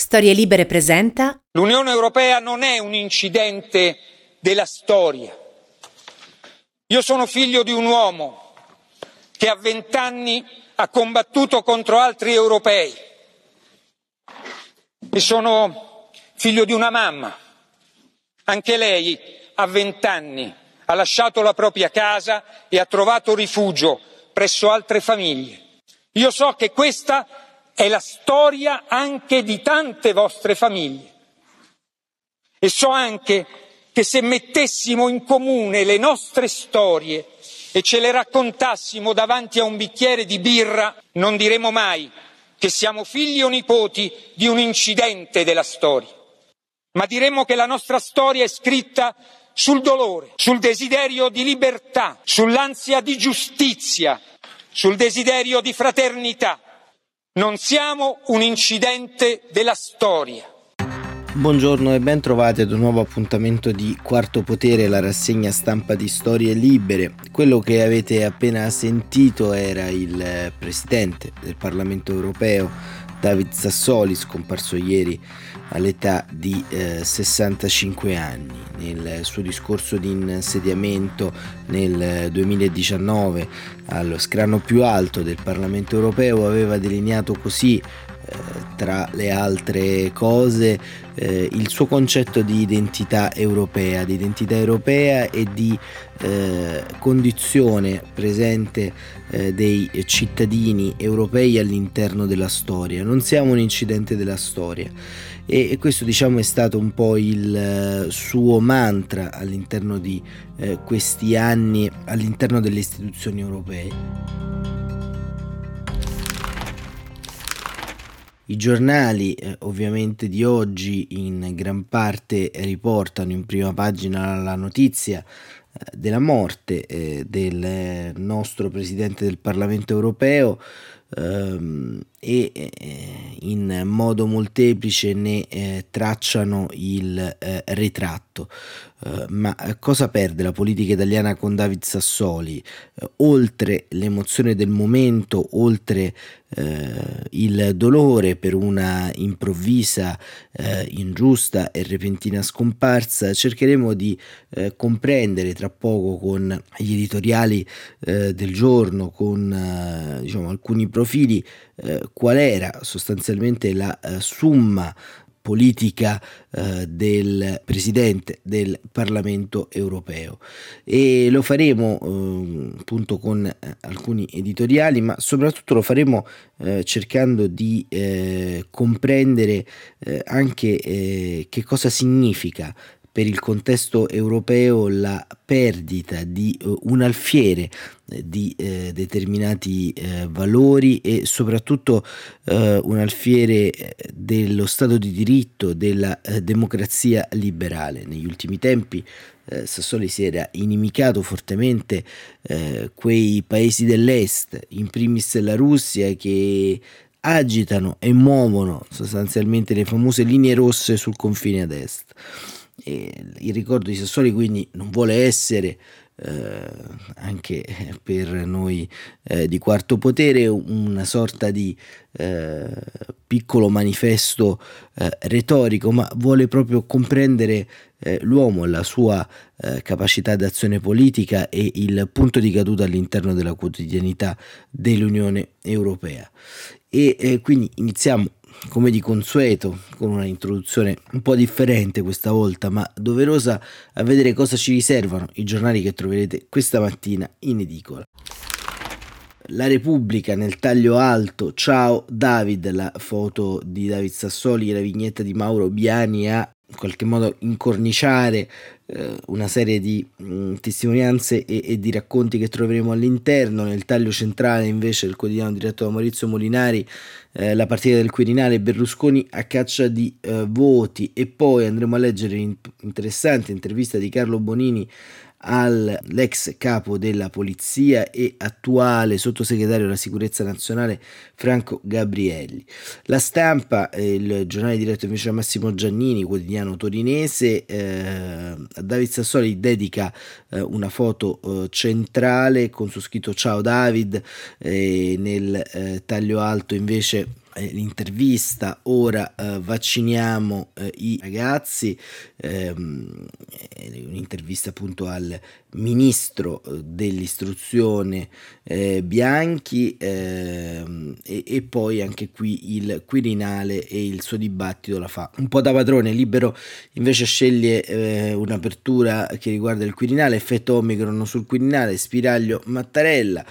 Storie Libere presenta L'Unione Europea non è un incidente della storia. Io sono figlio di un uomo che a 20 anni ha combattuto contro altri europei e sono figlio di una mamma. Anche lei a 20 anni ha lasciato la propria casa e ha trovato rifugio presso altre famiglie. Io so che questa è la storia anche di tante vostre famiglie e so anche che se mettessimo in comune le nostre storie e ce le raccontassimo davanti a un bicchiere di birra, non diremo mai che siamo figli o nipoti di un incidente della storia, ma diremo che la nostra storia è scritta sul dolore, sul desiderio di libertà, sull'ansia di giustizia, sul desiderio di fraternità. Non siamo un incidente della storia. Buongiorno e ben trovati ad un nuovo appuntamento di Quarto Potere, la rassegna stampa di Storie Libere. Quello che avete appena sentito era il presidente del Parlamento Europeo, David Sassoli, scomparso ieri all'età di 65 anni. Nel suo discorso di insediamento nel 2019 allo scranno più alto del Parlamento Europeo aveva delineato così, tra le altre cose, il suo concetto di identità europea e di condizione presente dei cittadini europei all'interno della storia. Non siamo un incidente della storia e questo, diciamo, è stato un po' il suo mantra all'interno di questi anni all'interno delle istituzioni europee. I giornali ovviamente di oggi in gran parte riportano in prima pagina la notizia della morte del nostro Presidente del Parlamento Europeo e in modo molteplice ne tracciano il ritratto. Ma cosa perde la politica italiana con David Sassoli? Oltre l'emozione del momento, oltre il dolore per una improvvisa, ingiusta e repentina scomparsa, cercheremo di comprendere tra poco con gli editoriali del giorno, con diciamo alcuni profili, qual era sostanzialmente la summa politica del Presidente del Parlamento Europeo, e lo faremo appunto con alcuni editoriali, ma soprattutto lo faremo cercando di comprendere anche che cosa significa per il contesto europeo la perdita di un alfiere di determinati valori e soprattutto un alfiere dello Stato di diritto, della democrazia liberale. Negli ultimi tempi Sassoli si era inimicato fortemente quei paesi dell'est, in primis la Russia, che agitano e muovono sostanzialmente le famose linee rosse sul confine ad est. E il ricordo di Sassoli quindi non vuole essere anche per noi di Quarto Potere una sorta di piccolo manifesto retorico, ma vuole proprio comprendere l'uomo, la sua capacità d'azione politica e il punto di caduta all'interno della quotidianità dell'Unione Europea. E quindi iniziamo come di consueto con una introduzione un po' differente questa volta, ma doverosa a vedere cosa ci riservano i giornali che troverete questa mattina in edicola. La Repubblica nel taglio alto: ciao David, la foto di David Sassoli e la vignetta di Mauro Biani a in qualche modo incorniciare una serie di testimonianze e di racconti che troveremo all'interno. Nel taglio centrale invece del quotidiano diretto da Maurizio Molinari, la partita del Quirinale, Berlusconi a caccia di voti, e poi andremo a leggere l'interessante intervista di Carlo Bonini all'ex capo della polizia e attuale sottosegretario alla sicurezza nazionale Franco Gabrielli. La Stampa, il giornale diretto invece da Massimo Giannini, quotidiano torinese, a David Sassoli dedica una foto centrale con su scritto ciao David, nel taglio alto invece l'intervista ora vacciniamo i ragazzi, un'intervista appunto al ministro dell'istruzione Bianchi, e poi anche qui il Quirinale e il suo dibattito la fa un po' da padrone. Libero invece sceglie un'apertura che riguarda il Quirinale, effetto Omicron sul Quirinale, Spiraglio Mattarella,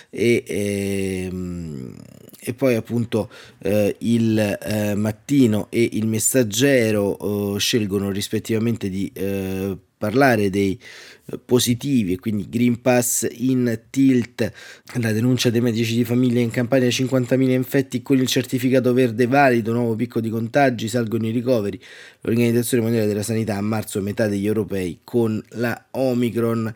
e poi appunto il Mattino e il Messaggero scelgono rispettivamente di parlare dei positivi, e quindi Green Pass in tilt, la denuncia dei medici di famiglia in Campania, 50.000 infetti con il certificato verde valido, nuovo picco di contagi, salgono i ricoveri, l'Organizzazione Mondiale della Sanità a marzo metà degli europei con la Omicron,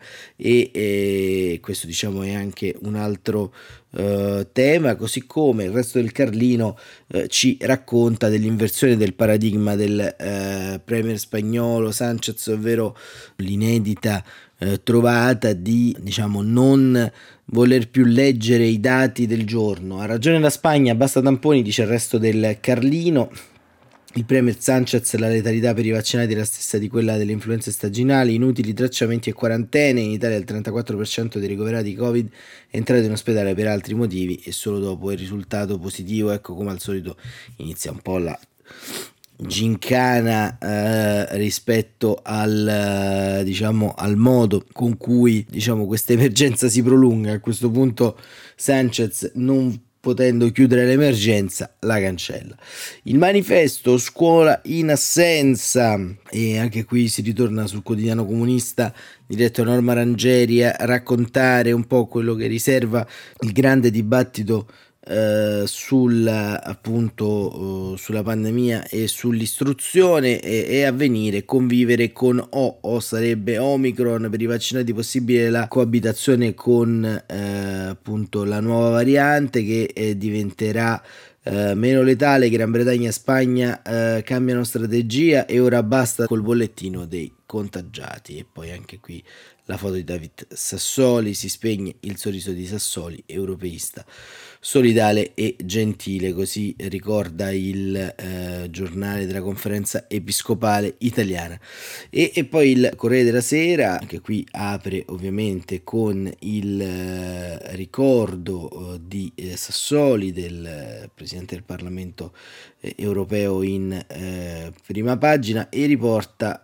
e questo diciamo è anche un altro tema, così come il resto del Carlino ci racconta dell'inversione del paradigma del premier spagnolo Sánchez, ovvero l'inedita trovata di non voler più leggere i dati del giorno. Ha ragione la Spagna, basta tamponi, dice il resto del Carlino. Il premier Sánchez, la letalità per i vaccinati è la stessa di quella delle influenze stagionali, inutili tracciamenti e quarantene. In Italia il 34% dei ricoverati Covid è entrato in ospedale per altri motivi e solo dopo il risultato positivo. Ecco, come al solito inizia un po' la gincana rispetto al modo con cui questa emergenza si prolunga. A questo punto Sánchez, non potendo chiudere l'emergenza, la cancella. Il manifesto, scuola in assenza, e anche qui si ritorna sul quotidiano comunista diretto da Norma Rangeri a raccontare un po' quello che riserva il grande dibattito sulla pandemia e sull'istruzione, e Avvenire, convivere con O sarebbe Omicron, per i vaccinati possibile la coabitazione con la nuova variante che diventerà meno letale. Gran Bretagna e Spagna cambiano strategia e ora basta col bollettino dei contagiati. E poi anche qui la foto di David Sassoli, si spegne il sorriso di Sassoli, europeista, solidale e gentile, così ricorda il giornale della Conferenza Episcopale Italiana. E poi il Corriere della Sera, anche qui apre ovviamente con il ricordo di Sassoli, del Presidente del Parlamento europeo, in prima pagina, e riporta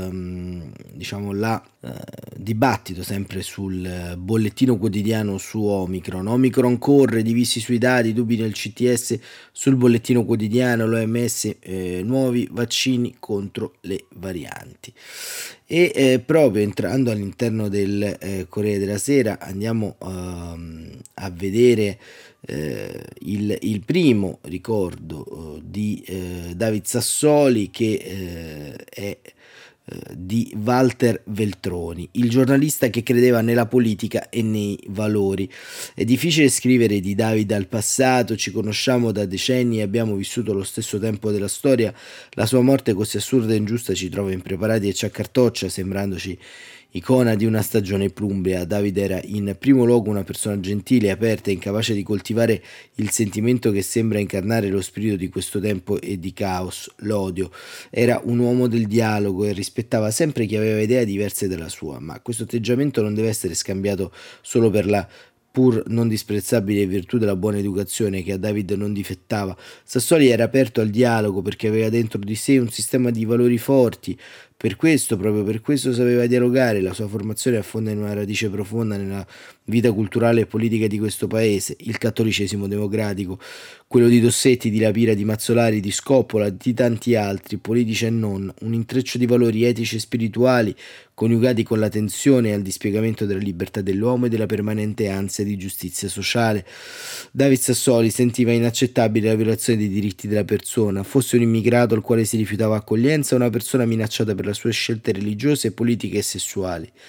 dibattito sempre sul bollettino quotidiano su Omicron corre, divisi sui dati, dubbi nel CTS sul bollettino quotidiano, l'OMS, nuovi vaccini contro le varianti. E proprio entrando all'interno del Corriere della Sera andiamo a vedere il primo ricordo di David Sassoli, che è di Walter Veltroni, il giornalista che credeva nella politica e nei valori. È difficile scrivere di David al passato, ci conosciamo da decenni e abbiamo vissuto lo stesso tempo della storia. La sua morte così assurda e ingiusta ci trova impreparati e ci accartoccia, sembrandoci icona di una stagione plumbea. David era in primo luogo una persona gentile, aperta, incapace di coltivare il sentimento che sembra incarnare lo spirito di questo tempo e di caos, l'odio. Era un uomo del dialogo e rispettava sempre chi aveva idee diverse dalla sua, ma questo atteggiamento non deve essere scambiato solo per la pur non disprezzabile virtù della buona educazione, che a David non difettava. Sassoli era aperto al dialogo perché aveva dentro di sé un sistema di valori forti. Proprio per questo sapeva dialogare. La sua formazione affonda in una radice profonda nella vita culturale e politica di questo paese, il cattolicesimo democratico, quello di Dossetti, di La Pira, di Mazzolari, di Scoppola, di tanti altri, politici e non, un intreccio di valori etici e spirituali coniugati con l'attenzione al dispiegamento della libertà dell'uomo e della permanente ansia di giustizia sociale. David Sassoli sentiva inaccettabile la violazione dei diritti della persona, fosse un immigrato al quale si rifiutava accoglienza o una persona minacciata per le sue scelte religiose, politiche e sessuali.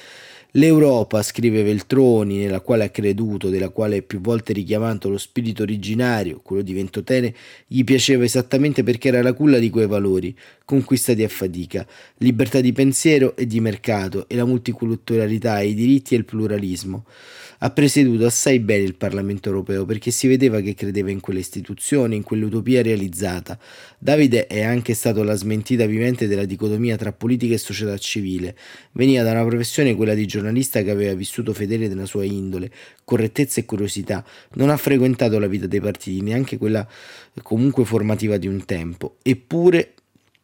L'Europa, scrive Veltroni, nella quale ha creduto, della quale è più volte richiamato lo spirito originario, quello di Ventotene, gli piaceva esattamente perché era la culla di quei valori, conquistati a fatica, libertà di pensiero e di mercato, e la multiculturalità, i diritti e il pluralismo. Ha presieduto assai bene il Parlamento europeo perché si vedeva che credeva in quelle istituzioni, in quell'utopia realizzata. Davide è anche stato la smentita vivente della dicotomia tra politica e società civile. Veniva da una professione, quella di giornalista, che aveva vissuto fedele nella sua indole, correttezza e curiosità. Non ha frequentato la vita dei partiti, neanche quella comunque formativa di un tempo. Eppure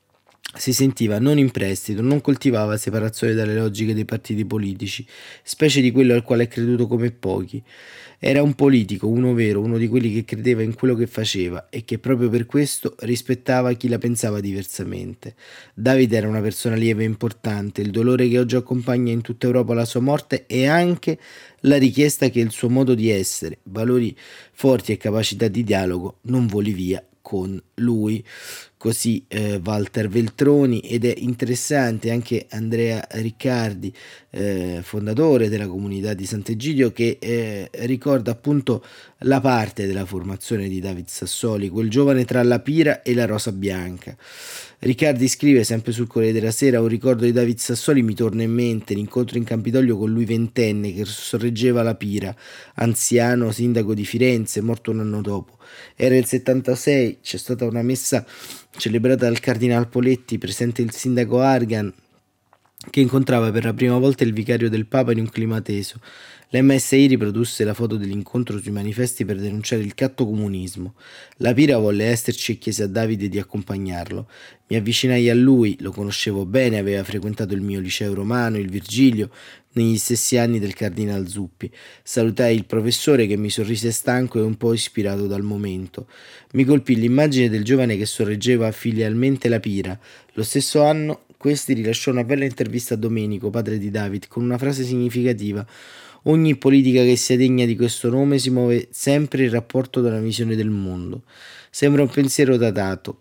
si sentiva non in prestito, non coltivava separazione dalle logiche dei partiti politici, specie di quello al quale è creduto come pochi. Era un politico, uno vero, uno di quelli che credeva in quello che faceva e che proprio per questo rispettava chi la pensava diversamente. Davide era una persona lieve e importante, il dolore che oggi accompagna in tutta Europa la sua morte e anche la richiesta che il suo modo di essere, valori forti e capacità di dialogo non voli via con lui. Così Walter Veltroni, ed è interessante anche Andrea Riccardi, fondatore della comunità di Sant'Egidio, che ricorda appunto la parte della formazione di David Sassoli, quel giovane tra la pira e la rosa bianca. Riccardi scrive sempre sul Corriere della Sera: un ricordo di David Sassoli mi torna in mente l'incontro in Campidoglio con lui ventenne che sorreggeva la pira, anziano sindaco di Firenze, morto un anno dopo. Era il 76, c'è stata una messa celebrata dal Cardinal Poletti, presente il sindaco Argan, che incontrava per la prima volta il vicario del Papa in un clima teso. L'MSI riprodusse la foto dell'incontro sui manifesti per denunciare il cattocomunismo. La Pira volle esserci e chiese a Davide di accompagnarlo. Mi avvicinai a lui, lo conoscevo bene, aveva frequentato il mio liceo romano, il Virgilio, negli stessi anni del Cardinal Zuppi. Salutai il professore, che mi sorrise stanco e un po' ispirato dal momento. Mi colpì l'immagine del giovane che sorreggeva filialmente la Pira. Lo stesso anno questi rilasciò una bella intervista a Domenico, padre di David, con una frase significativa: ogni politica che sia degna di questo nome si muove sempre in rapporto da una visione del mondo. Sembra un pensiero datato,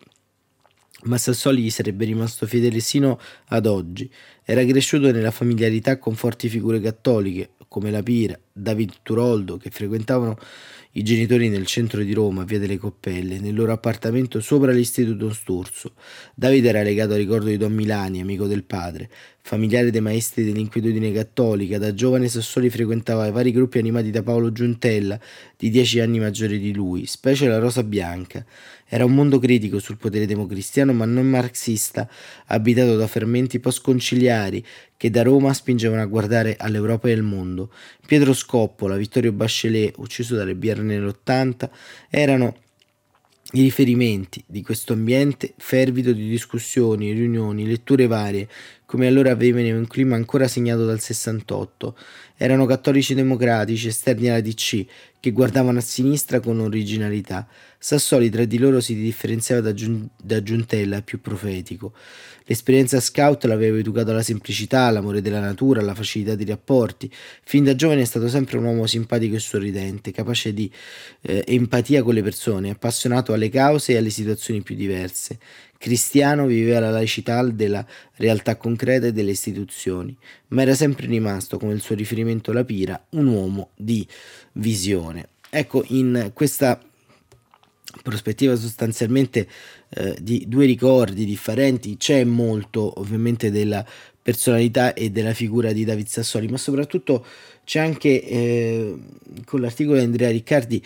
ma Sassoli gli sarebbe rimasto fedele sino ad oggi. Era cresciuto nella familiarità con forti figure cattoliche, come la Pira, David Turoldo, che frequentavano i genitori nel centro di Roma, via delle Coppelle, nel loro appartamento sopra l'Istituto Sturzo. Davide era legato al ricordo di Don Milani, amico del padre, familiare dei maestri dell'Inquietudine Cattolica. Da giovane Sassoli frequentava i vari gruppi animati da Paolo Giuntella, di 10 anni maggiore di lui, specie la Rosa Bianca. Era un mondo critico sul potere democristiano, ma non marxista, abitato da fermenti post-conciliari che da Roma spingevano a guardare all'Europa e al mondo. Pietro Scoppola, Vittorio Bachelet, ucciso dalle BR nell'80, erano i riferimenti di questo ambiente fervido di discussioni, riunioni, letture varie, come allora aveva in un clima ancora segnato dal 68. Erano cattolici democratici, esterni alla DC, che guardavano a sinistra con originalità. Sassoli tra di loro si differenziava da Giuntella, più profetico. L'esperienza scout l'aveva educato alla semplicità, all'amore della natura, alla facilità dei rapporti. Fin da giovane è stato sempre un uomo simpatico e sorridente, capace di empatia con le persone, appassionato alle cause e alle situazioni più diverse. Cristiano, viveva la laicità della realtà concreta e delle istituzioni, ma era sempre rimasto, come il suo riferimento La Pira, un uomo di visione. Ecco, in questa prospettiva sostanzialmente di due ricordi differenti c'è molto ovviamente della personalità e della figura di David Sassoli, ma soprattutto c'è anche con l'articolo di Andrea Riccardi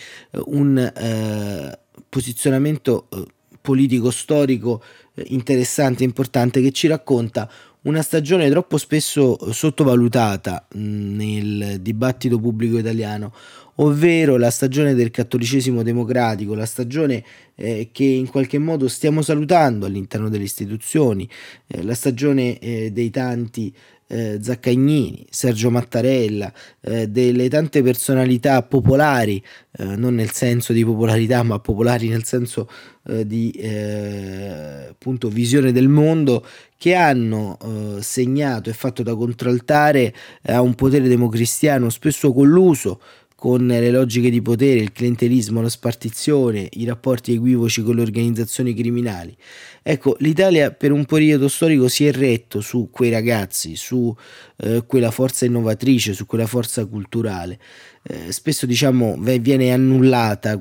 un posizionamento politico-storico interessante e importante, che ci racconta una stagione troppo spesso sottovalutata nel dibattito pubblico italiano, ovvero la stagione del cattolicesimo democratico, la stagione che in qualche modo stiamo salutando all'interno delle istituzioni, la stagione dei tanti Zaccagnini, Sergio Mattarella, delle tante personalità popolari, non nel senso di popolarità, ma popolari nel senso di appunto visione del mondo, che hanno segnato e fatto da contraltare a un potere democristiano spesso colluso con le logiche di potere, il clientelismo, la spartizione, i rapporti equivoci con le organizzazioni criminali. Ecco, l'Italia per un periodo storico si è retto su quei ragazzi, su quella forza innovatrice, su quella forza culturale. Spesso diciamo viene annullata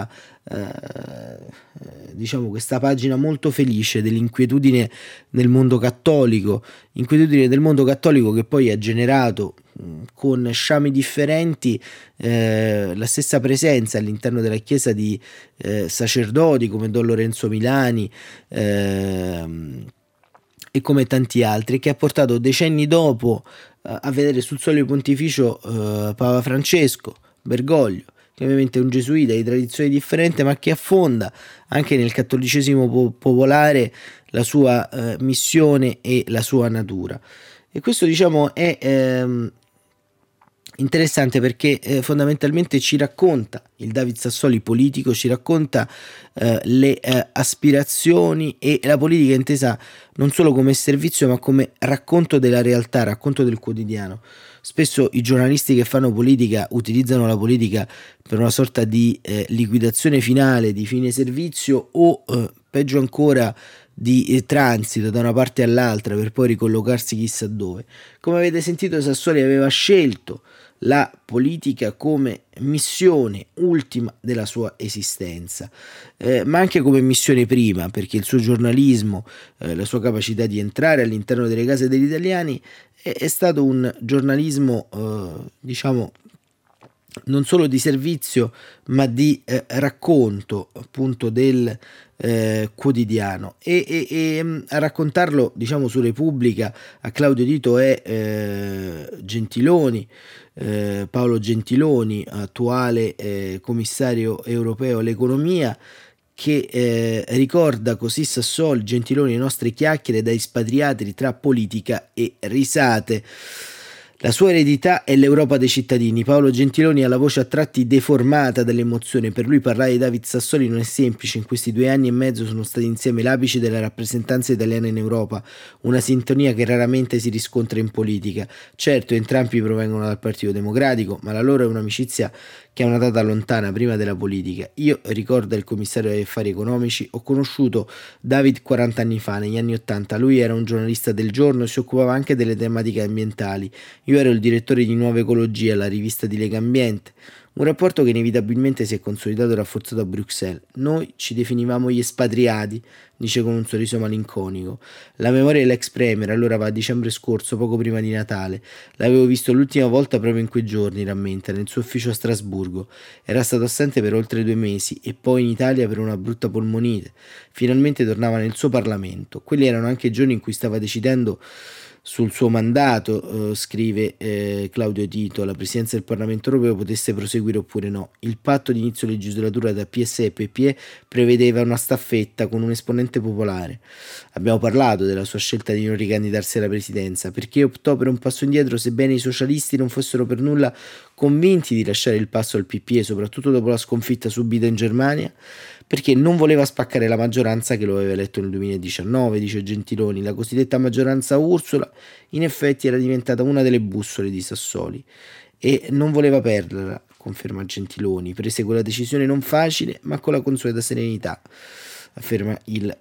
questa pagina molto felice dell'inquietudine nel mondo cattolico, inquietudine del mondo cattolico che poi ha generato con sciami differenti la stessa presenza all'interno della Chiesa di sacerdoti come Don Lorenzo Milani e come tanti altri, che ha portato decenni dopo a vedere sul solio pontificio Papa Francesco, Bergoglio, che ovviamente è un gesuita di tradizione differente, ma che affonda anche nel cattolicesimo popolare la sua missione e la sua natura. E questo diciamo è interessante perché fondamentalmente ci racconta il David Sassoli politico, ci racconta le aspirazioni e la politica intesa non solo come servizio ma come racconto della realtà, racconto del quotidiano. Spesso i giornalisti che fanno politica utilizzano la politica per una sorta di liquidazione finale, di fine servizio o peggio ancora di transito da una parte all'altra per poi ricollocarsi chissà dove. Come avete sentito, Sassoli aveva scelto la politica come missione ultima della sua esistenza, ma anche come missione prima, perché il suo giornalismo, la sua capacità di entrare all'interno delle case degli italiani è stato un giornalismo diciamo non solo di servizio ma di racconto appunto del quotidiano e a raccontarlo diciamo su Repubblica a Claudio Tito è Gentiloni, Paolo Gentiloni, attuale commissario europeo all'economia, che ricorda così Sassoli, Gentiloni, le nostre chiacchiere da espatriati tra politica e risate. La sua eredità è l'Europa dei cittadini. Paolo Gentiloni ha la voce a tratti deformata dall'emozione. Per lui parlare di David Sassoli non è semplice. In questi 2 anni e mezzo sono stati insieme l'apice della rappresentanza italiana in Europa, una sintonia che raramente si riscontra in politica. Certo, entrambi provengono dal Partito Democratico, ma la loro è un'amicizia che ha una data lontana, prima della politica. Io, ricorda il commissario agli affari economici, ho conosciuto David 40 anni fa, negli anni 80. Lui era un giornalista del giorno e si occupava anche delle tematiche ambientali. Io ero il direttore di Nuova Ecologia, la rivista di Lega Ambiente, un rapporto che inevitabilmente si è consolidato e rafforzato a Bruxelles. Noi ci definivamo gli espatriati, dice con un sorriso malinconico. La memoria dell'ex premier allora va a dicembre scorso, poco prima di Natale. L'avevo visto l'ultima volta proprio in quei giorni, rammenta, nel suo ufficio a Strasburgo. Era stato assente per oltre 2 mesi e poi in Italia per una brutta polmonite. Finalmente tornava nel suo Parlamento. Quelli erano anche i giorni in cui stava decidendo sul suo mandato, scrive Claudio Tito, la presidenza del Parlamento europeo potesse proseguire oppure no. Il patto di inizio legislatura da PSE e PPE prevedeva una staffetta con un esponente popolare. Abbiamo parlato della sua scelta di non ricandidarsi alla presidenza, perché optò per un passo indietro sebbene i socialisti non fossero per nulla convinti di lasciare il passo al PPE, soprattutto dopo la sconfitta subita in Germania, perché non voleva spaccare la maggioranza che lo aveva eletto nel 2019, dice Gentiloni. La cosiddetta maggioranza Ursula in effetti era diventata una delle bussole di Sassoli e non voleva perderla, conferma Gentiloni. Prese quella decisione non facile ma con la consueta serenità, afferma il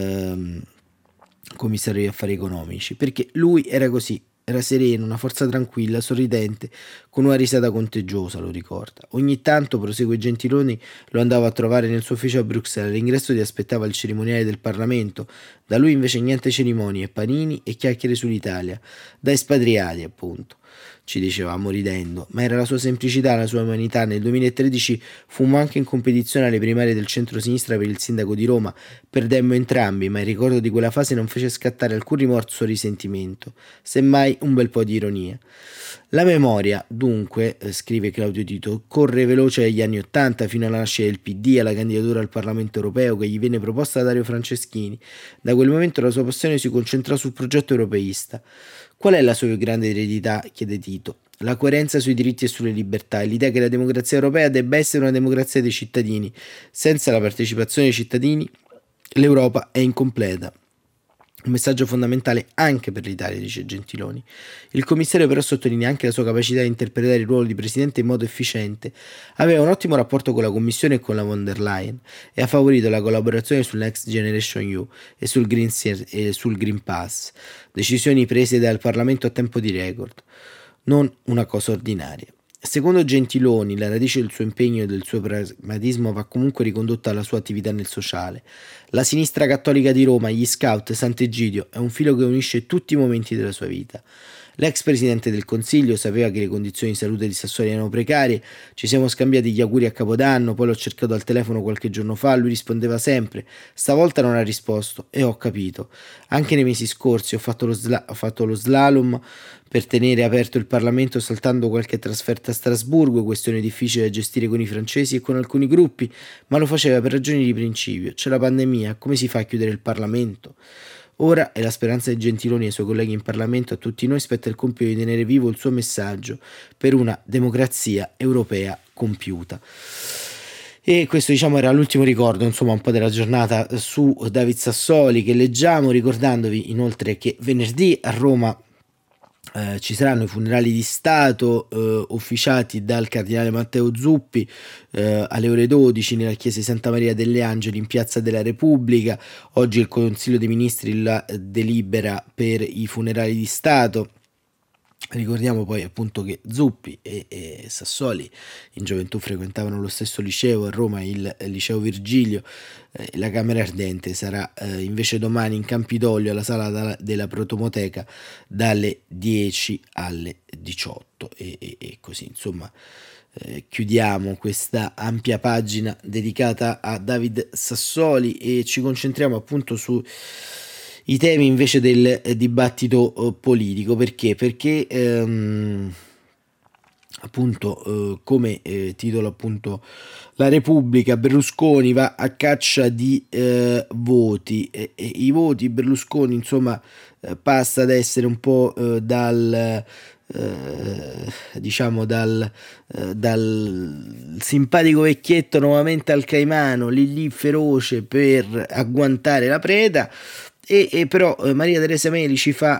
commissario agli affari economici, perché lui era così. Era sereno, una forza tranquilla, sorridente, con una risata contagiosa, lo ricorda. Ogni tanto, prosegue Gentiloni, lo andava a trovare nel suo ufficio a Bruxelles. All'ingresso ti aspettava il cerimoniale del Parlamento. Da lui invece niente cerimonie, panini e chiacchiere sull'Italia. Da espatriati, appunto. Ci dicevamo ridendo, ma era la sua semplicità, la sua umanità. Nel 2013 fummo anche in competizione alle primarie del centro-sinistra per il sindaco di Roma. Perdemmo entrambi, ma il ricordo di quella fase non fece scattare alcun rimorso o risentimento, semmai un bel po' di ironia. La memoria, dunque, scrive Claudio Tito, corre veloce agli anni '80 fino alla nascita del PD, alla candidatura al Parlamento europeo che gli venne proposta da Dario Franceschini. Da quel momento la sua passione si concentrò sul progetto europeista. Qual è la sua più grande eredità? Chiede Tito. La coerenza sui diritti e sulle libertà e l'idea che la democrazia europea debba essere una democrazia dei cittadini. Senza la partecipazione dei cittadini l'Europa è incompleta. Un messaggio fondamentale anche per l'Italia, dice Gentiloni. Il commissario però sottolinea anche la sua capacità di interpretare il ruolo di presidente in modo efficiente. Aveva un ottimo rapporto con la Commissione e con la von der Leyen e ha favorito la collaborazione sul Next Generation EU e sul Green Pass, decisioni prese dal Parlamento a tempo di record. Non una cosa ordinaria. Secondo Gentiloni, la radice del suo impegno e del suo pragmatismo va comunque ricondotta alla sua attività nel sociale. La sinistra cattolica di Roma, gli scout, Sant'Egidio è un filo che unisce tutti i momenti della sua vita. L'ex presidente del Consiglio sapeva che le condizioni di salute di Sassoli erano precarie, ci siamo scambiati gli auguri a Capodanno, poi l'ho cercato al telefono qualche giorno fa, lui rispondeva sempre, stavolta non ha risposto e ho capito. Anche nei mesi scorsi ho fatto lo slalom per tenere aperto il Parlamento saltando qualche trasferta a Strasburgo, questione difficile da gestire con i francesi e con alcuni gruppi, ma lo faceva per ragioni di principio. C'è la pandemia, come si fa a chiudere il Parlamento? Ora è la speranza di Gentiloni e i suoi colleghi in Parlamento, a tutti noi spetta il compito di tenere vivo il suo messaggio per una democrazia europea compiuta. E questo era l'ultimo ricordo un po' della giornata su David Sassoli che leggiamo, ricordandovi inoltre che venerdì a Roma ci saranno i funerali di Stato ufficiati dal cardinale Matteo Zuppi alle ore 12 nella chiesa di Santa Maria delle Angeli in Piazza della Repubblica. Oggi il Consiglio dei Ministri la delibera per i funerali di Stato. Ricordiamo poi appunto che Zuppi e Sassoli in gioventù frequentavano lo stesso liceo a Roma, il liceo Virgilio. La Camera Ardente sarà invece domani in Campidoglio alla sala della Protomoteca dalle 10 alle 18 e così chiudiamo questa ampia pagina dedicata a David Sassoli e ci concentriamo appunto su i temi invece del dibattito politico. Perché appunto come titolo appunto La Repubblica, Berlusconi va a caccia di voti e i voti Berlusconi passa ad essere un po' dal simpatico vecchietto nuovamente al Caimano lì feroce per agguantare la preda e però Maria Teresa Meli ci fa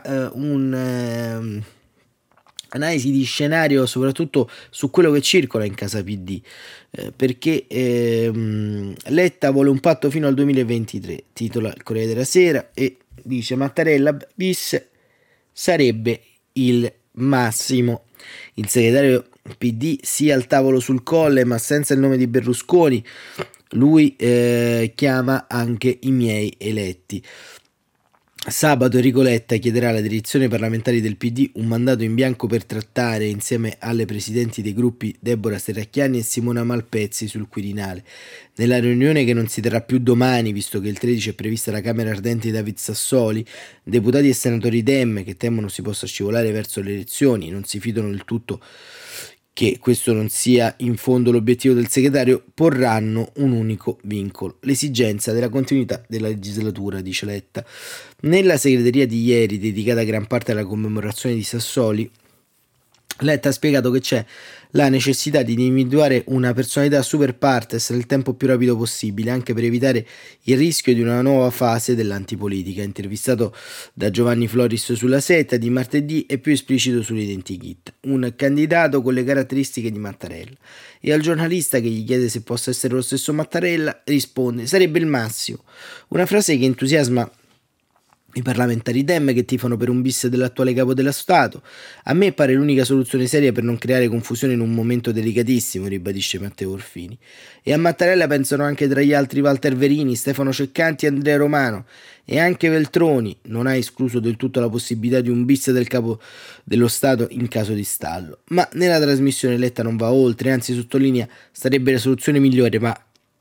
analisi di scenario soprattutto su quello che circola in casa PD, perché Letta vuole un patto fino al 2023, titola il Corriere della Sera e dice Mattarella bis sarebbe il massimo. Il segretario PD sia al tavolo sul Colle ma senza il nome di Berlusconi, lui chiama anche i miei eletti. Sabato Enrico Letta chiederà alla direzione parlamentare del PD un mandato in bianco per trattare insieme alle presidenti dei gruppi Deborah Serracchiani e Simona Malpezzi sul Quirinale. Nella riunione che non si terrà più domani, visto che il 13 è prevista la Camera Ardente di David Sassoli, deputati e senatori Dem che temono si possa scivolare verso le elezioni, non si fidano del tutto che questo non sia in fondo l'obiettivo del segretario, porranno un unico vincolo, l'esigenza della continuità della legislatura, dice Letta. Nella segreteria di ieri, dedicata a gran parte alla commemorazione di Sassoli, Letta ha spiegato che c'è la necessità di individuare una personalità super partes nel tempo più rapido possibile, anche per evitare il rischio di una nuova fase dell'antipolitica. Intervistato da Giovanni Floris sulla Setta di martedì è più esplicito sull'identikit, un candidato con le caratteristiche di Mattarella. E al giornalista che gli chiede se possa essere lo stesso Mattarella risponde sarebbe il massimo, una frase che entusiasma i parlamentari Dem che tifano per un bis dell'attuale capo dello Stato. A me pare l'unica soluzione seria per non creare confusione in un momento delicatissimo, ribadisce Matteo Orfini. E a Mattarella pensano anche tra gli altri Walter Verini, Stefano Ceccanti e Andrea Romano. E anche Veltroni non ha escluso del tutto la possibilità di un bis del capo dello Stato in caso di stallo. Ma nella trasmissione Letta non va oltre, anzi sottolinea sarebbe la soluzione migliore, ma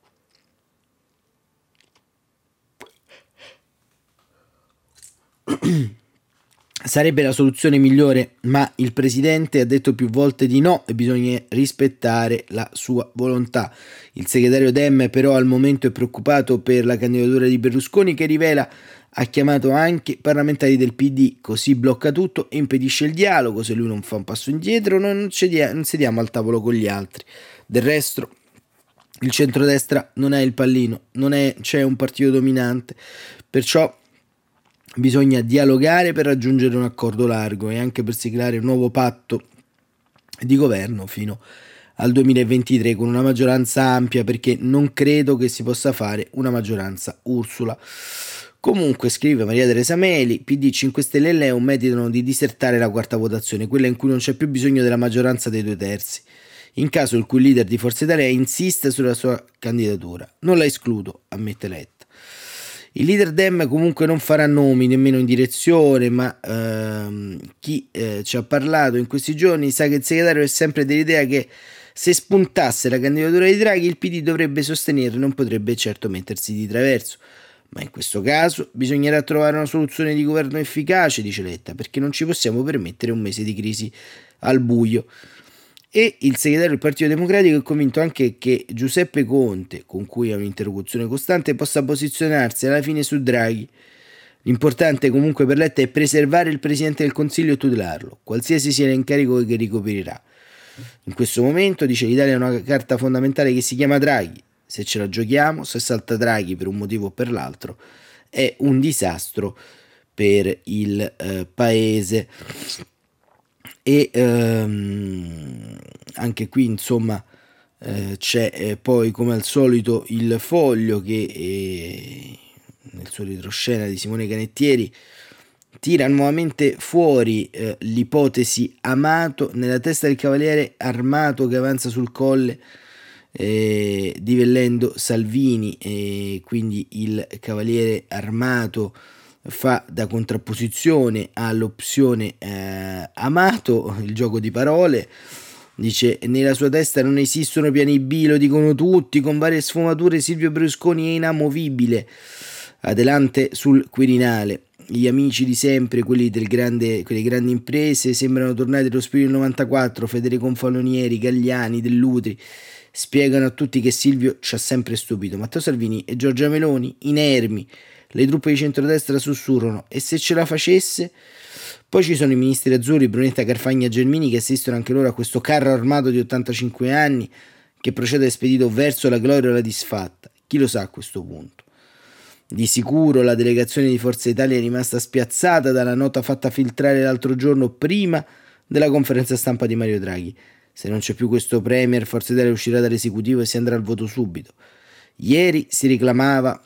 sarebbe la soluzione migliore, ma il presidente ha detto più volte di no e bisogna rispettare la sua volontà. Il segretario Dem però al momento è preoccupato per la candidatura di Berlusconi che rivela ha chiamato anche parlamentari del PD, così blocca tutto e impedisce il dialogo. Se lui non fa un passo indietro noi non sediamo al tavolo con gli altri. Del resto il centrodestra non è il pallino, c'è un partito dominante, perciò bisogna dialogare per raggiungere un accordo largo e anche per siglare un nuovo patto di governo fino al 2023 con una maggioranza ampia, perché non credo che si possa fare una maggioranza Ursula. Comunque, scrive Maria Teresa Meli, PD 5 Stelle e Leo meditano di disertare la quarta votazione, quella in cui non c'è più bisogno della maggioranza dei 2/3, in caso in cui il leader di Forza Italia insiste sulla sua candidatura. Non la escludo, ammette Letta. Il leader Dem comunque non farà nomi nemmeno in direzione, ma chi ci ha parlato in questi giorni sa che il segretario è sempre dell'idea che se spuntasse la candidatura di Draghi il PD dovrebbe sostenerla, non potrebbe certo mettersi di traverso. Ma in questo caso bisognerà trovare una soluzione di governo efficace, dice Letta, perché non ci possiamo permettere un mese di crisi al buio. E il segretario del Partito Democratico è convinto anche che Giuseppe Conte, con cui ha un'interlocuzione costante, possa posizionarsi alla fine su Draghi. L'importante comunque per Letta è preservare il Presidente del Consiglio e tutelarlo, qualsiasi sia l'incarico che ricoprirà. In questo momento, dice, l'Italia ha una carta fondamentale che si chiama Draghi. Se ce la giochiamo, se salta Draghi per un motivo o per l'altro, è un disastro per il paese. E anche qui insomma c'è poi come al solito il Foglio che nel suo retroscena di Simone Canettieri tira nuovamente fuori l'ipotesi Amato nella testa del cavaliere armato che avanza sul colle divellendo Salvini, e quindi il cavaliere armato fa da contrapposizione all'opzione Amato, il gioco di parole. Dice: nella sua testa non esistono piani B, lo dicono tutti, con varie sfumature. Silvio Berlusconi è inamovibile. Adelante sul Quirinale. Gli amici di sempre, quelle grandi imprese, sembrano tornati allo spirito del 94. Federico Confalonieri, Gagliani, Dell'Utri spiegano a tutti che Silvio ci ha sempre stupito. Matteo Salvini e Giorgia Meloni inermi. Le truppe di centrodestra sussurrano: e se ce la facesse? Poi ci sono i ministri azzurri, Brunetta, Carfagna, Gelmini, che assistono anche loro a questo carro armato di 85 anni che procede spedito verso la gloria o la disfatta. Chi lo sa a questo punto? Di sicuro la delegazione di Forza Italia è rimasta spiazzata dalla nota fatta filtrare l'altro giorno prima della conferenza stampa di Mario Draghi. Se non c'è più questo premier, Forza Italia uscirà dall'esecutivo e si andrà al voto subito. Ieri si reclamava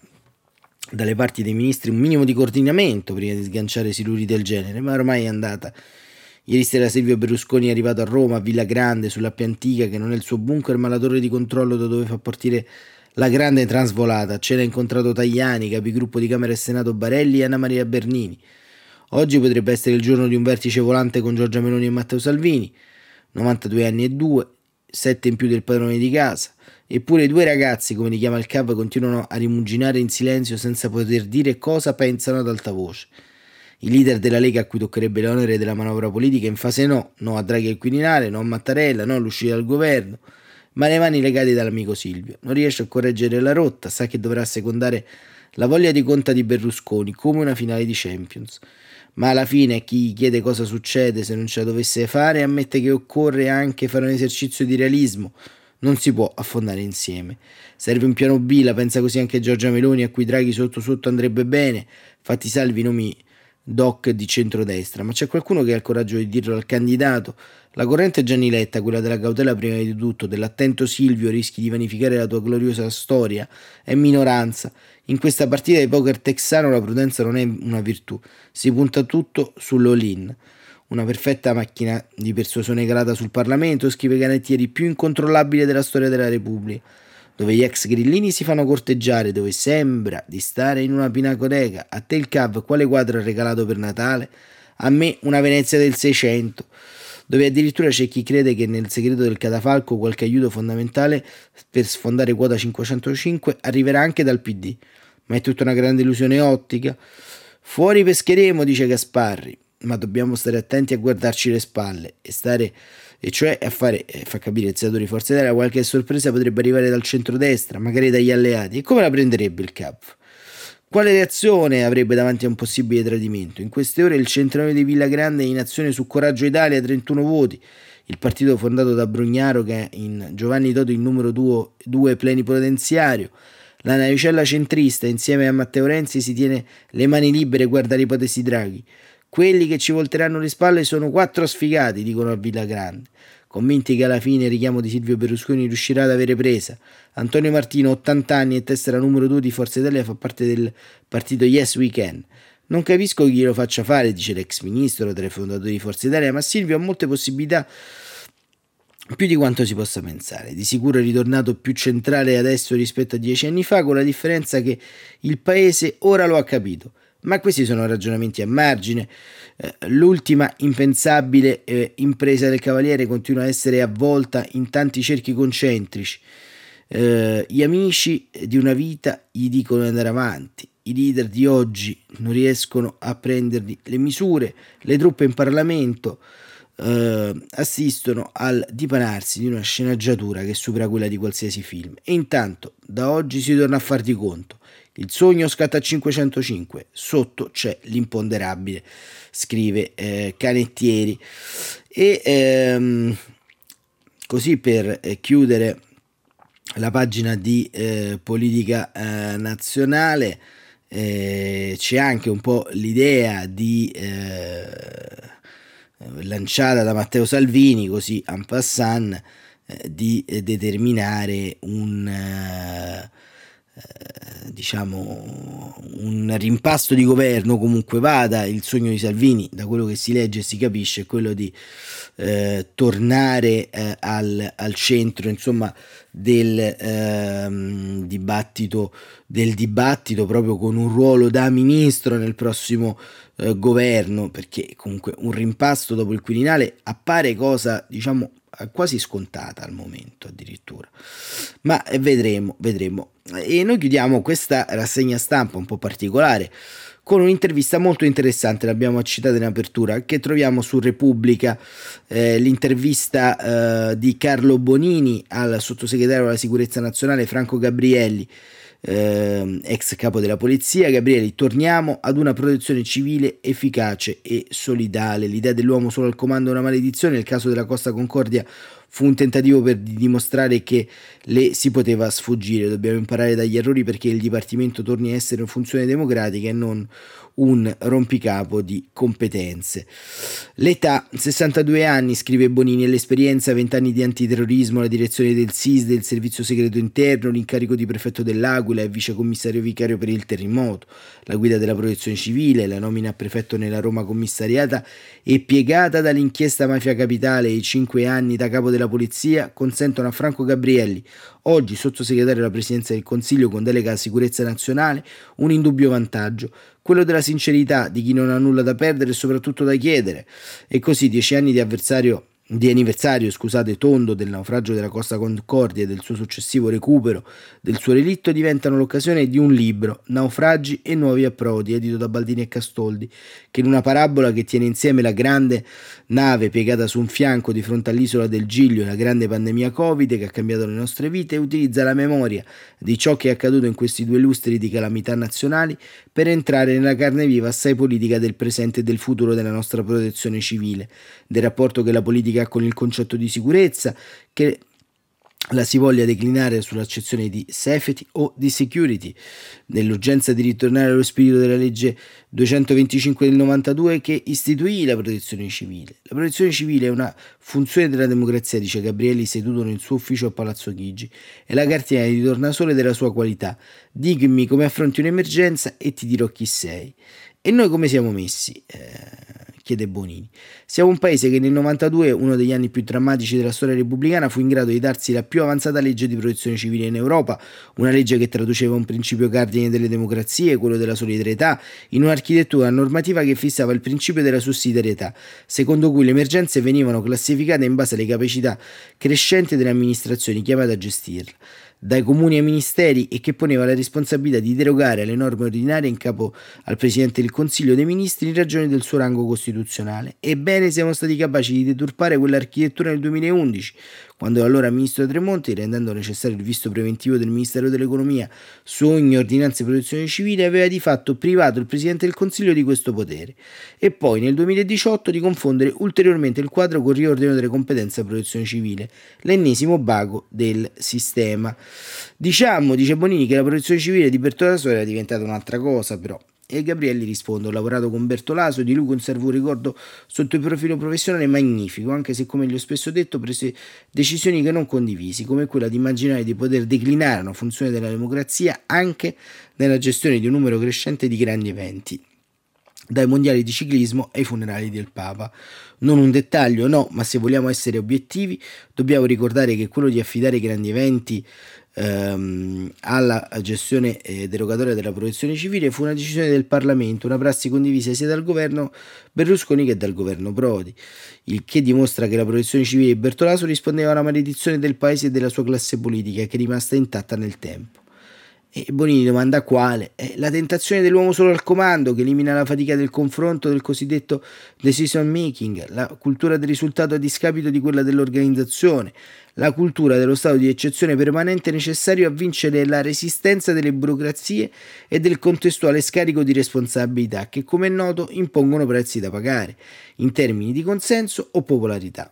dalle parti dei ministri un minimo di coordinamento prima di sganciare siluri del genere, ma ormai è andata. Ieri sera Silvio Berlusconi è arrivato a Roma, a Villa Grande, sull'Appia Antica, che non è il suo bunker ma la torre di controllo da dove fa partire la grande transvolata. A cena ha incontrato Tajani, capigruppo di Camera e Senato Barelli e Anna Maria Bernini. Oggi potrebbe essere il giorno di un vertice volante con Giorgia Meloni e Matteo Salvini. 92 anni e 2, 7 in più del padrone di casa. Eppure i due ragazzi, come li chiama il CAV, continuano a rimuginare in silenzio senza poter dire cosa pensano ad alta voce. Il leader della Lega, a cui toccherebbe l'onere della manovra politica, in fase no a Draghi al Quirinale, no a Mattarella, no all'uscita dal governo, ma le mani legate dall'amico Silvio. Non riesce a correggere la rotta, sa che dovrà secondare la voglia di conta di Berlusconi, come una finale di Champions. Ma alla fine chi chiede cosa succede se non ce la dovesse fare ammette che occorre anche fare un esercizio di realismo. Non si può affondare insieme. Serve un piano B, la pensa così anche Giorgia Meloni, a cui Draghi sotto sotto andrebbe bene, fatti salvi i nomi doc di centrodestra, ma c'è qualcuno che ha il coraggio di dirlo al candidato. La corrente Gianni Letta, quella della cautela prima di tutto, dell'attento Silvio, rischi di vanificare la tua gloriosa storia, è minoranza. In questa partita di poker texano la prudenza non è una virtù, si punta tutto sull'all-in. Una perfetta macchina di persuasione calata sul Parlamento, scrive Canettieri, più incontrollabile della storia della Repubblica, dove gli ex grillini si fanno corteggiare, dove sembra di stare in una pinacoteca. A te il CAV quale quadro ha regalato per Natale? A me una Venezia del 600, dove addirittura c'è chi crede che nel segreto del catafalco qualche aiuto fondamentale per sfondare quota 505 arriverà anche dal PD. Ma è tutta una grande illusione ottica. Fuori pescheremo, dice Gasparri, ma dobbiamo stare attenti a guardarci le spalle e cioè a far capire il senatore di Forza Italia qualche sorpresa potrebbe arrivare dal centrodestra, magari dagli alleati. E come la prenderebbe il CAV? Quale reazione avrebbe davanti a un possibile tradimento? In queste ore il centrale di Villa Grande è in azione su Coraggio Italia, 31 voti. Il partito fondato da Brugnaro, che è in Giovanni Toto il numero 2 plenipotenziario, La navicella centrista, insieme a Matteo Renzi, si tiene le mani libere e guarda l'ipotesi Draghi. Quelli che ci volteranno le spalle sono 4 sfigati, dicono a Villagrande, convinti che alla fine il richiamo di Silvio Berlusconi riuscirà ad avere presa. Antonio Martino, 80 anni e tessera numero 2 di Forza Italia, fa parte del partito Yes We Can. Non capisco chi lo faccia fare, dice l'ex ministro tra i fondatori di Forza Italia, ma Silvio ha molte possibilità, più di quanto si possa pensare. Di sicuro è ritornato più centrale adesso rispetto a 10 anni fa, con la differenza che il paese ora lo ha capito. Ma questi sono ragionamenti a margine. L'ultima impensabile impresa del Cavaliere continua a essere avvolta in tanti cerchi concentrici. Gli amici di una vita gli dicono di andare avanti. I leader di oggi non riescono a prendergli le misure. Le truppe in Parlamento assistono al dipanarsi di una sceneggiatura che supera quella di qualsiasi film. E intanto da oggi si torna a far di conto. Il sogno scatta a 505, sotto c'è l'imponderabile, scrive Canettieri. E così per chiudere la pagina di politica nazionale, c'è anche un po' l'idea di lanciata da Matteo Salvini, così en passant, di determinare un rimpasto di governo. Comunque vada, il sogno di Salvini, da quello che si legge e si capisce, è quello di tornare al centro, insomma, del dibattito, proprio con un ruolo da ministro nel prossimo governo, perché comunque un rimpasto dopo il Quirinale appare cosa, diciamo, quasi scontata al momento addirittura, ma vedremo. E noi chiudiamo questa rassegna stampa un po' particolare con un'intervista molto interessante, l'abbiamo citata in apertura, che troviamo su Repubblica, l'intervista di Carlo Bonini al sottosegretario alla sicurezza nazionale Franco Gabrielli, ex capo della polizia. Gabrielli: torniamo ad una protezione civile efficace e solidale. L'idea dell'uomo solo al comando è una maledizione. Nel caso della Costa Concordia fu un tentativo per dimostrare che le si poteva sfuggire. Dobbiamo imparare dagli errori perché il Dipartimento torni a essere una funzione democratica e non un rompicapo di competenze. L'età, 62 anni, scrive Bonini, e l'esperienza, 20 anni di antiterrorismo, la direzione del SIS, del Servizio Segreto Interno, l'incarico di prefetto dell'Aquila e vicecommissario vicario per il terremoto, la guida della protezione civile, la nomina a prefetto nella Roma commissariata e piegata dall'inchiesta Mafia Capitale e i 5 anni da capo della polizia consentono a Franco Gabrielli, oggi sottosegretario alla Presidenza del Consiglio con delega alla sicurezza nazionale, un indubbio vantaggio, quello della sincerità di chi non ha nulla da perdere e soprattutto da chiedere. E così 10 anni di anniversario tondo del naufragio della Costa Concordia e del suo successivo recupero del suo relitto diventano l'occasione di un libro, Naufragi e nuovi approdi, edito da Baldini e Castoldi, che in una parabola che tiene insieme la grande nave piegata su un fianco di fronte all'isola del Giglio e la grande pandemia Covid che ha cambiato le nostre vite, utilizza la memoria di ciò che è accaduto in questi 2 lustri di calamità nazionali per entrare nella carne viva assai politica del presente e del futuro della nostra protezione civile, del rapporto che la politica ha con il concetto di sicurezza, che la si voglia declinare sull'accezione di safety o di security, dell'urgenza di ritornare allo spirito della legge 225 del 92 che istituì la protezione civile. La protezione civile è una funzione della democrazia, dice Gabrielli seduto nel suo ufficio a Palazzo Chigi, è la cartina di tornasole della sua qualità. Dimmi come affronti un'emergenza e ti dirò chi sei. E noi come siamo messi? Chiede Bonini. Siamo un paese che nel 92, uno degli anni più drammatici della storia repubblicana, fu in grado di darsi la più avanzata legge di protezione civile in Europa, una legge che traduceva un principio cardine delle democrazie, quello della solidarietà, in un'architettura normativa che fissava il principio della sussidiarietà, secondo cui le emergenze venivano classificate in base alle capacità crescenti delle amministrazioni chiamate a gestirle, dai comuni ai ministeri, e che poneva la responsabilità di derogare alle norme ordinarie in capo al Presidente del Consiglio dei Ministri in ragione del suo rango costituzionale. Ebbene, siamo stati capaci di deturpare quell'architettura nel 2011, quando l'allora ministro Tremonti, rendendo necessario il visto preventivo del Ministero dell'Economia su ogni ordinanza di protezione civile, aveva di fatto privato il Presidente del Consiglio di questo potere, e poi nel 2018 di confondere ulteriormente il quadro con il riordino delle competenze della protezione civile, l'ennesimo bago del sistema. Diciamo, dice Bonini, che la protezione civile di Bertolaso era diventata un'altra cosa, però. E Gabrielli risponde: ho lavorato con Bertolaso, di lui conservo un ricordo sotto il profilo professionale magnifico, anche se, come gli ho spesso detto, prese decisioni che non condivisi, come quella di immaginare di poter declinare una funzione della democrazia anche nella gestione di un numero crescente di grandi eventi, dai mondiali di ciclismo ai funerali del Papa. Non un dettaglio, no, ma se vogliamo essere obiettivi dobbiamo ricordare che quello di affidare i grandi eventi alla gestione derogatoria della protezione civile fu una decisione del Parlamento, una prassi condivisa sia dal governo Berlusconi che dal governo Prodi, il che dimostra che la protezione civile di Bertolaso rispondeva a una maledizione del paese e della sua classe politica, che è rimasta intatta nel tempo. E Bonini domanda quale? La tentazione dell'uomo solo al comando, che elimina la fatica del confronto, del cosiddetto decision making, la cultura del risultato a discapito di quella dell'organizzazione, la cultura dello stato di eccezione permanente necessario a vincere la resistenza delle burocrazie e del contestuale scarico di responsabilità che, come è noto, impongono prezzi da pagare, in termini di consenso o popolarità.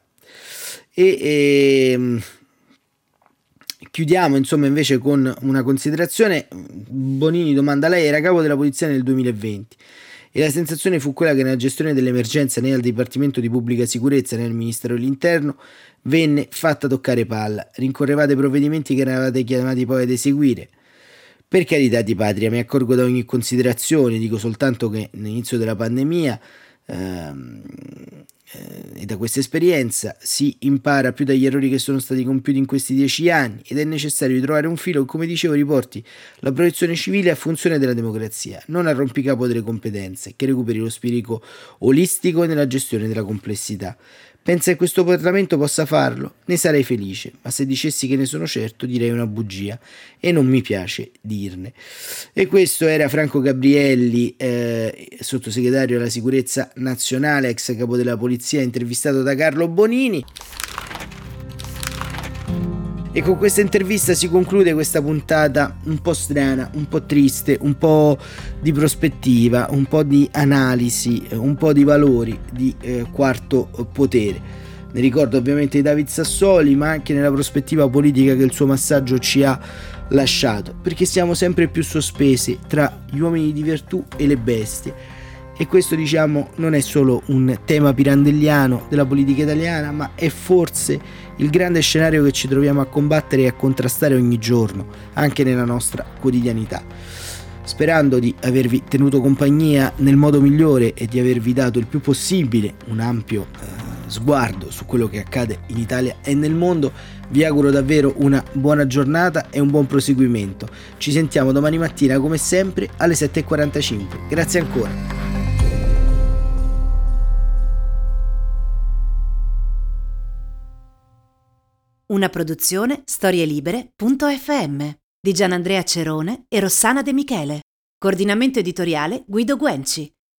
Chiudiamo insomma invece con una considerazione. Bonini domanda: lei era capo della polizia nel 2020 e la sensazione fu quella che nella gestione dell'emergenza né al Dipartimento di Pubblica Sicurezza né al Ministero dell'Interno venne fatta toccare palla, rincorrevate provvedimenti che eravate chiamati poi ad eseguire. Per carità di patria, mi accorgo da ogni considerazione, dico soltanto che all'inizio della pandemia e da questa esperienza si impara più dagli errori che sono stati compiuti in questi 10 anni, ed è necessario trovare un filo che, come dicevo, riporti la protezione civile a funzione della democrazia, non a rompicapo delle competenze, che recuperi lo spirito olistico nella gestione della complessità. Pensa che questo Parlamento possa farlo? Ne sarei felice, ma se dicessi che ne sono certo direi una bugia, e non mi piace dirne. E questo era Franco Gabrielli, sottosegretario alla sicurezza nazionale, ex capo della polizia, intervistato da Carlo Bonini. E con questa intervista si conclude questa puntata un po' strana, un po' triste, un po' di prospettiva, un po' di analisi, un po' di valori di Quarto Potere. Ne ricordo ovviamente di David Sassoli, ma anche nella prospettiva politica che il suo massaggio ci ha lasciato, perché siamo sempre più sospesi tra gli uomini di virtù e le bestie. E questo, diciamo, non è solo un tema pirandelliano della politica italiana, ma è forse il grande scenario che ci troviamo a combattere e a contrastare ogni giorno, anche nella nostra quotidianità. Sperando di avervi tenuto compagnia nel modo migliore e di avervi dato il più possibile un ampio sguardo su quello che accade in Italia e nel mondo, vi auguro davvero una buona giornata e un buon proseguimento. Ci sentiamo domani mattina come sempre alle 7:45. Grazie ancora. Una produzione storielibere.fm di Gianandrea Cerone e Rossana De Michele. Coordinamento editoriale Guido Guenci.